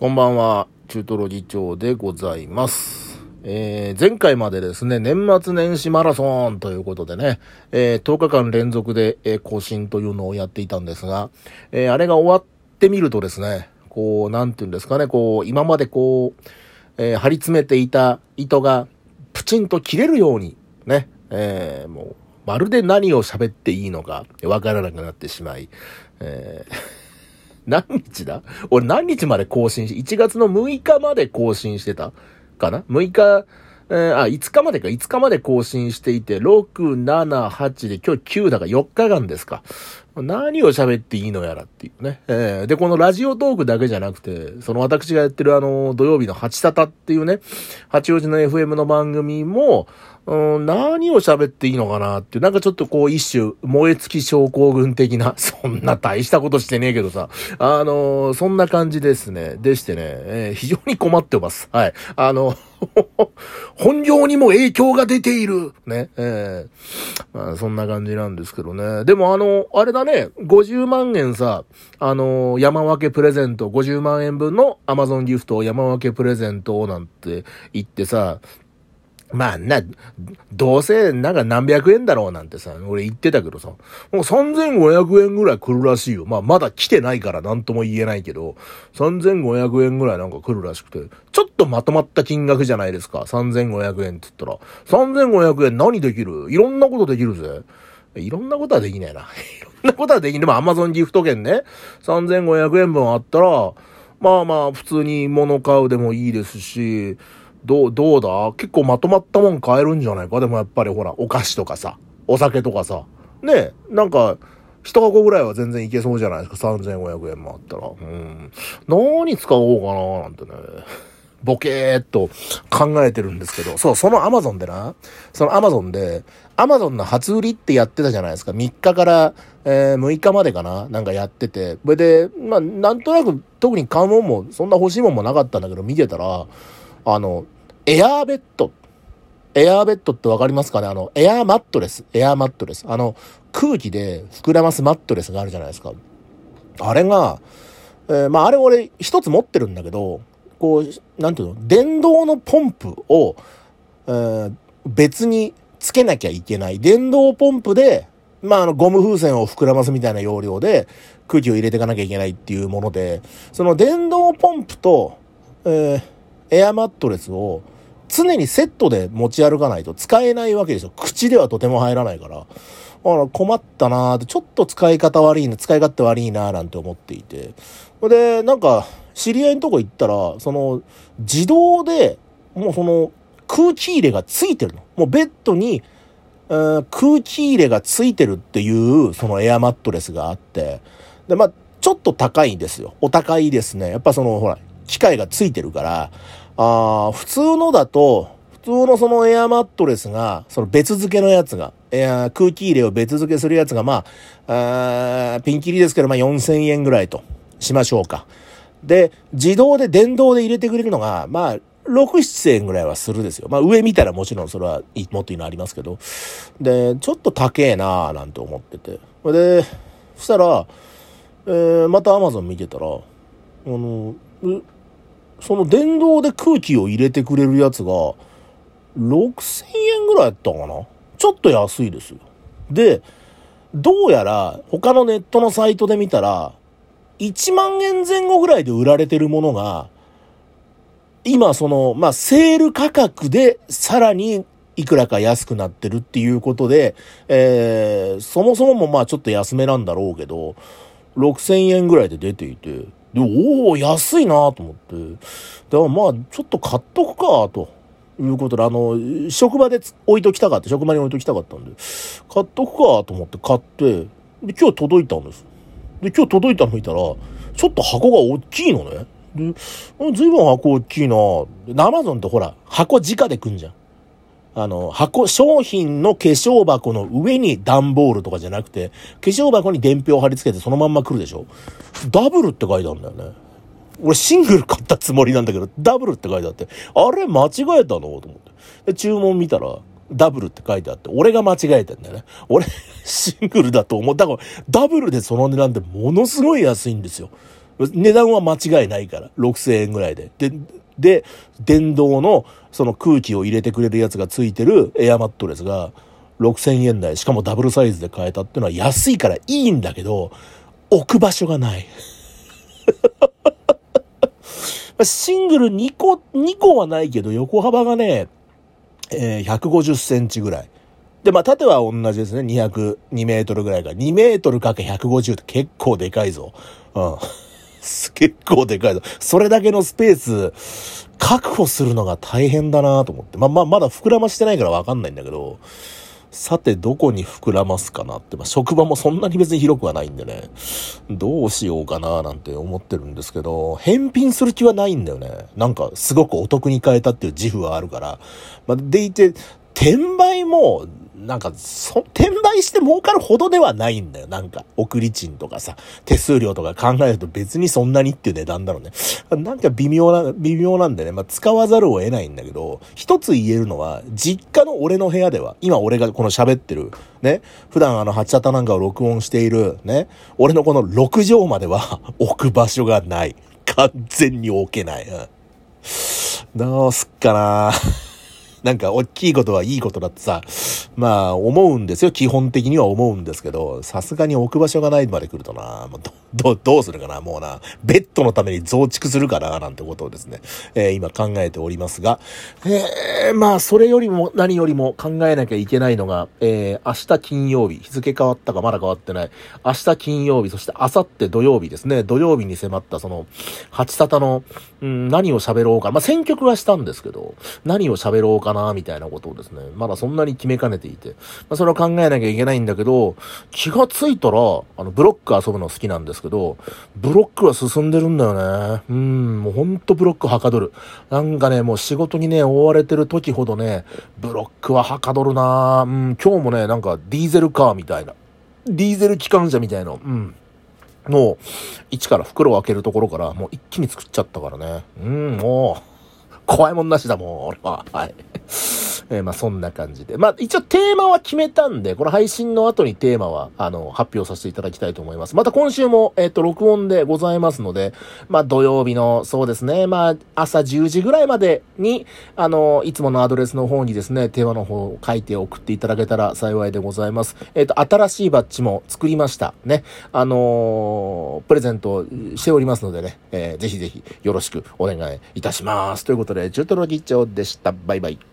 こんばんは、中トロ議長でございます。前回までですね、年末年始マラソンということでね、10日間連続で、更新というのをやっていたんですが、あれが終わってみるとですね、なんていうんですかね、今まで張り詰めていた糸がプチンと切れるようにね、もう、まるで何を喋っていいのかわからなくなってしまい、何日だ俺何日まで更新1月の6日まで更新してたかな ?6 日、5日までか、5日まで更新していて、6、7、8で今日9だから4日間ですか。何を喋っていいのやらっていうね。で、このラジオトークだけじゃなくて、その私がやってる土曜日の八タタっていうね、八王子の FM の番組も、何を喋っていいのかなっていう、なんかちょっと一種、燃え尽き症候群的な、そんな大したことしてねえけどさ、そんな感じですね。でしてね、非常に困ってます。はい。本業にも影響が出ている。ね。まあ、そんな感じなんですけどね。でもあれだね、50万円さ、山分けプレゼント、50万円分の Amazon ギフトを山分けプレゼントなんて言ってさ、まあどうせなんか何百円だろうなんてさ、俺言ってたけどさ、もう3500円ぐらい来るらしいよ。まあまだ来てないからなんとも言えないけど、3500円ぐらいなんか来るらしくて、ちょっとまとまった金額じゃないですか。3500円って言ったら。3500円何できる？いろんなことできるぜ。いろんなことはできないな。いろんなことはできん。でも Amazon ギフト券ね、3500円分あったら、まあまあ普通に物買うでもいいですし、どうだ結構まとまったもん買えるんじゃないか。でもやっぱりほら、お菓子とかさ、お酒とかさ、ね、なんか、一箱ぐらいは全然いけそうじゃないですか。3500円もあったら。何使おうかななんてね。ボケーっと考えてるんですけど、そう、そのアマゾンで、アマゾンの初売りってやってたじゃないですか。3日から、6日までかななんかやってて。それで、まあ、なんとなく特に買うもんも、そんな欲しいもんもなかったんだけど、見てたら、エアーベッドってわかりますかね？エアーマットレス。空気で膨らますマットレスがあるじゃないですか。あれが、まあ、あれ俺一つ持ってるんだけど、なんていうの？電動のポンプを、別につけなきゃいけない。電動ポンプで、まあ、ゴム風船を膨らますみたいな容量で空気を入れていかなきゃいけないっていうもので、その電動ポンプと、エアマットレスを常にセットで持ち歩かないと使えないわけですよ。口ではとても入らないから。困ったなーって、ちょっと使い勝手悪いなーなんて思っていて。で、なんか、知り合いのとこ行ったら、自動で、もう空気入れがついてるの。もうベッドに、空気入れがついてるっていう、そのエアマットレスがあって。で、まあ、ちょっと高いんですよ。お高いですね。やっぱほら、機械がついてるから、普通のそのエアマットレスが、その別付けのやつが、空気入れを別付けするやつが、まあ、ピンキリですけど、まあ4000円ぐらいとしましょうか。で、電動で入れてくれるのが、まあ、6、7円ぐらいはするですよ。まあ上見たらもちろんそれはもっといいのありますけど。で、ちょっと高えなーなんて思ってて。で、そしたら、また Amazon 見てたら、その電動で空気を入れてくれるやつが6000円ぐらいやったかな。ちょっと安いですよ。で、どうやら他のネットのサイトで見たら1万円前後ぐらいで売られてるものが今まあセール価格でさらにいくらか安くなってるっていうことで、そもそももまあちょっと安めなんだろうけど6000円ぐらいで出ていて、で、安いなと思って。だからまあ、ちょっと買っとくか、ということで、職場に置いときたかったんで、買っとくか、と思って買って、で、今日届いたんです。で、今日届いたの見たら、ちょっと箱が大きいのね。で、ずいぶん箱大きいな。Amazon ってほら、箱直で来んじゃん。商品の化粧箱の上に段ボールとかじゃなくて、化粧箱に伝票を貼り付けてそのまんま来るでしょ。ダブルって書いてあるんだよね。俺シングル買ったつもりなんだけど、ダブルって書いてあって、あれ間違えたのと思って。で、注文見たら、ダブルって書いてあって、俺が間違えてんだよね。俺、シングルだと思ったから、ダブルでその値段でものすごい安いんですよ。 値段は間違いないから、6000円ぐらいで。で、電動のその空気を入れてくれるやつがついてるエアマットレスが6000円台、しかもダブルサイズで買えたっていうのは安いからいいんだけど、置く場所がない。シングル2個はないけど、横幅がね、150センチぐらい。で、まあ、縦は同じですね。202メートルぐらいが。2メートルかけ150って結構でかいぞ。うん。結構でかいぞ。それだけのスペース、確保するのが大変だなと思って。まだ膨らましてないからわかんないんだけど、さてどこに膨らますかなって、職場もそんなに別に広くはないんでね、どうしようかななんて思ってるんですけど、返品する気はないんだよね。なんかすごくお得に買えたっていう自負はあるから。でいて、転売も、なんか、転売して儲かるほどではないんだよ。なんか、送り賃とかさ、手数料とか考えると別にそんなにっていう値段だろうね。なんか微妙なんでね。使わざるを得ないんだけど、一つ言えるのは、実家の俺の部屋では、今俺がこの喋ってる、ね、普段ハチャタなんかを録音している、ね、俺のこの6畳までは置く場所がない。完全に置けない。どうすっかななんか、大きいことはいいことだってさ、思うんですよ。基本的には思うんですけど、さすがに置く場所がないまで来るとな、どうするかな、もうな、ベッドのために増築するかな、なんてことをですね、今考えておりますが、それよりも何よりも考えなきゃいけないのが、明日金曜日、日付変わったかまだ変わってない、明日金曜日、そして明後日土曜日ですね、土曜日に迫ったその、8サタの、何を喋ろうか、選曲はしたんですけど、何を喋ろうかなみたいなことをですね、まだそんなに決めかねていて、それを考えなきゃいけないんだけど、気がついたら、ブロック遊ぶの好きなんですけど、ブロックは進んでるんだよね。もうほんとブロックはかどる。なんかね、もう仕事にね、追われてる時ほどね、ブロックははかどるな。今日もね、なんかディーゼルカーみたいな。ディーゼル機関車みたいな。もう、一から袋を開けるところから、もう一気に作っちゃったからね。もう、怖いもんなしだもん、俺は。はい。そんな感じで。一応テーマは決めたんで、この配信の後にテーマは、発表させていただきたいと思います。また今週も、録音でございますので、土曜日の、そうですね、朝10時ぐらいまでに、いつものアドレスの方にですね、テーマの方を書いて送っていただけたら幸いでございます。新しいバッジも作りました。ね。プレゼントしておりますのでね、ぜひぜひよろしくお願いいたします。ということで、中トロ議長でした。バイバイ。